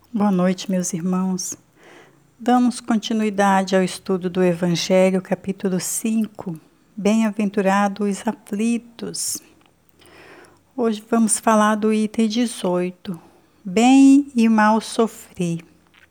Boa noite, meus irmãos. Damos continuidade ao estudo do Evangelho, capítulo 5, Bem-aventurados os aflitos. Hoje vamos falar do item 18, Bem e mal sofrer.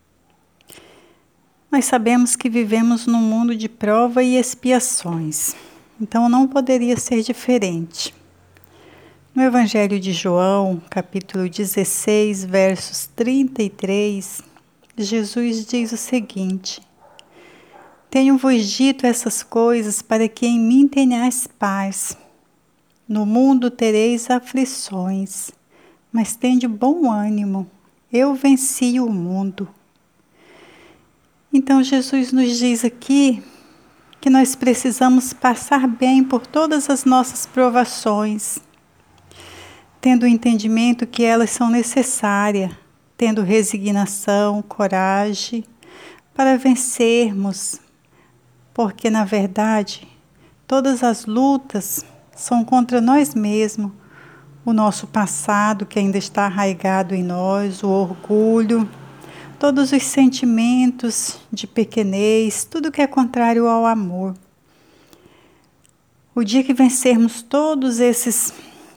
Nós sabemos que vivemos num mundo de prova e expiações, então não poderia ser diferente. No Evangelho de João, capítulo 16, versos 33, Jesus diz o seguinte: Tenho-vos dito essas coisas para que em mim tenhais paz. No mundo tereis aflições, mas tende bom ânimo, eu venci o mundo. Então Jesus nos diz aqui que nós precisamos passar bem por todas as nossas provações, tendo o entendimento que elas são necessárias, tendo resignação, coragem, para vencermos, porque na verdade todas as lutas são contra nós mesmos, o nosso passado que ainda está arraigado em nós, o orgulho, todos os sentimentos de pequenez, tudo que é contrário ao amor. O dia que vencermos todos esses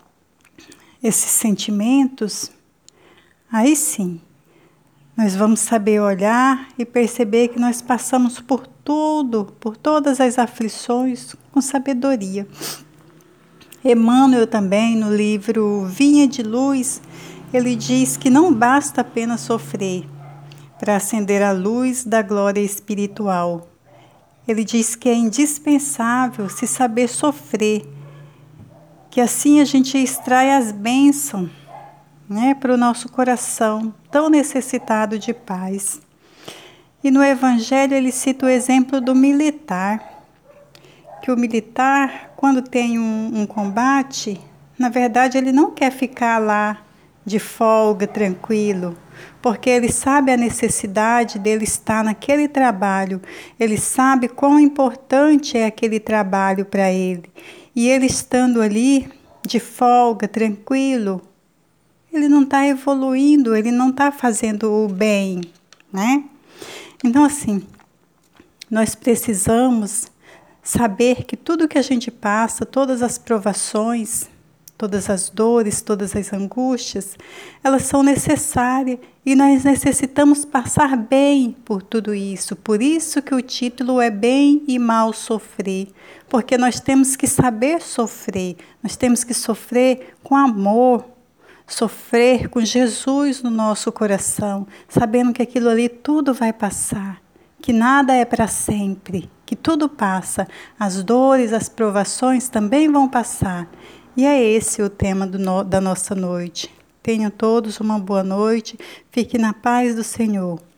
sentimentos, aí sim, nós vamos saber olhar e perceber que nós passamos por tudo, por todas as aflições com sabedoria. Emmanuel também, no livro Vinha de Luz, ele diz que não basta apenas sofrer para acender a luz da glória espiritual. Ele diz que é indispensável se saber sofrer, que assim a gente extrai as bênçãos, para o nosso coração tão necessitado de paz. E no Evangelho ele cita o exemplo do militar, que o militar, quando tem um combate, na verdade ele não quer ficar lá de folga, tranquilo, porque ele sabe a necessidade dele estar naquele trabalho, ele sabe quão importante é aquele trabalho para ele. E ele estando ali, de folga, tranquilo, ele não está evoluindo, ele não está fazendo o bem, né? Então, assim, nós precisamos saber que tudo que a gente passa, todas as provações, todas as dores, todas as angústias, elas são necessárias e nós necessitamos passar bem por tudo isso. Por isso que o título é Bem e Mal Sofrer, porque nós temos que saber sofrer, nós temos que sofrer com amor, sofrer com Jesus no nosso coração, sabendo que aquilo ali tudo vai passar, que nada é para sempre, que tudo passa, as dores, as provações também vão passar. E é esse o tema da nossa noite. Tenham todos uma boa noite, fiquem na paz do Senhor.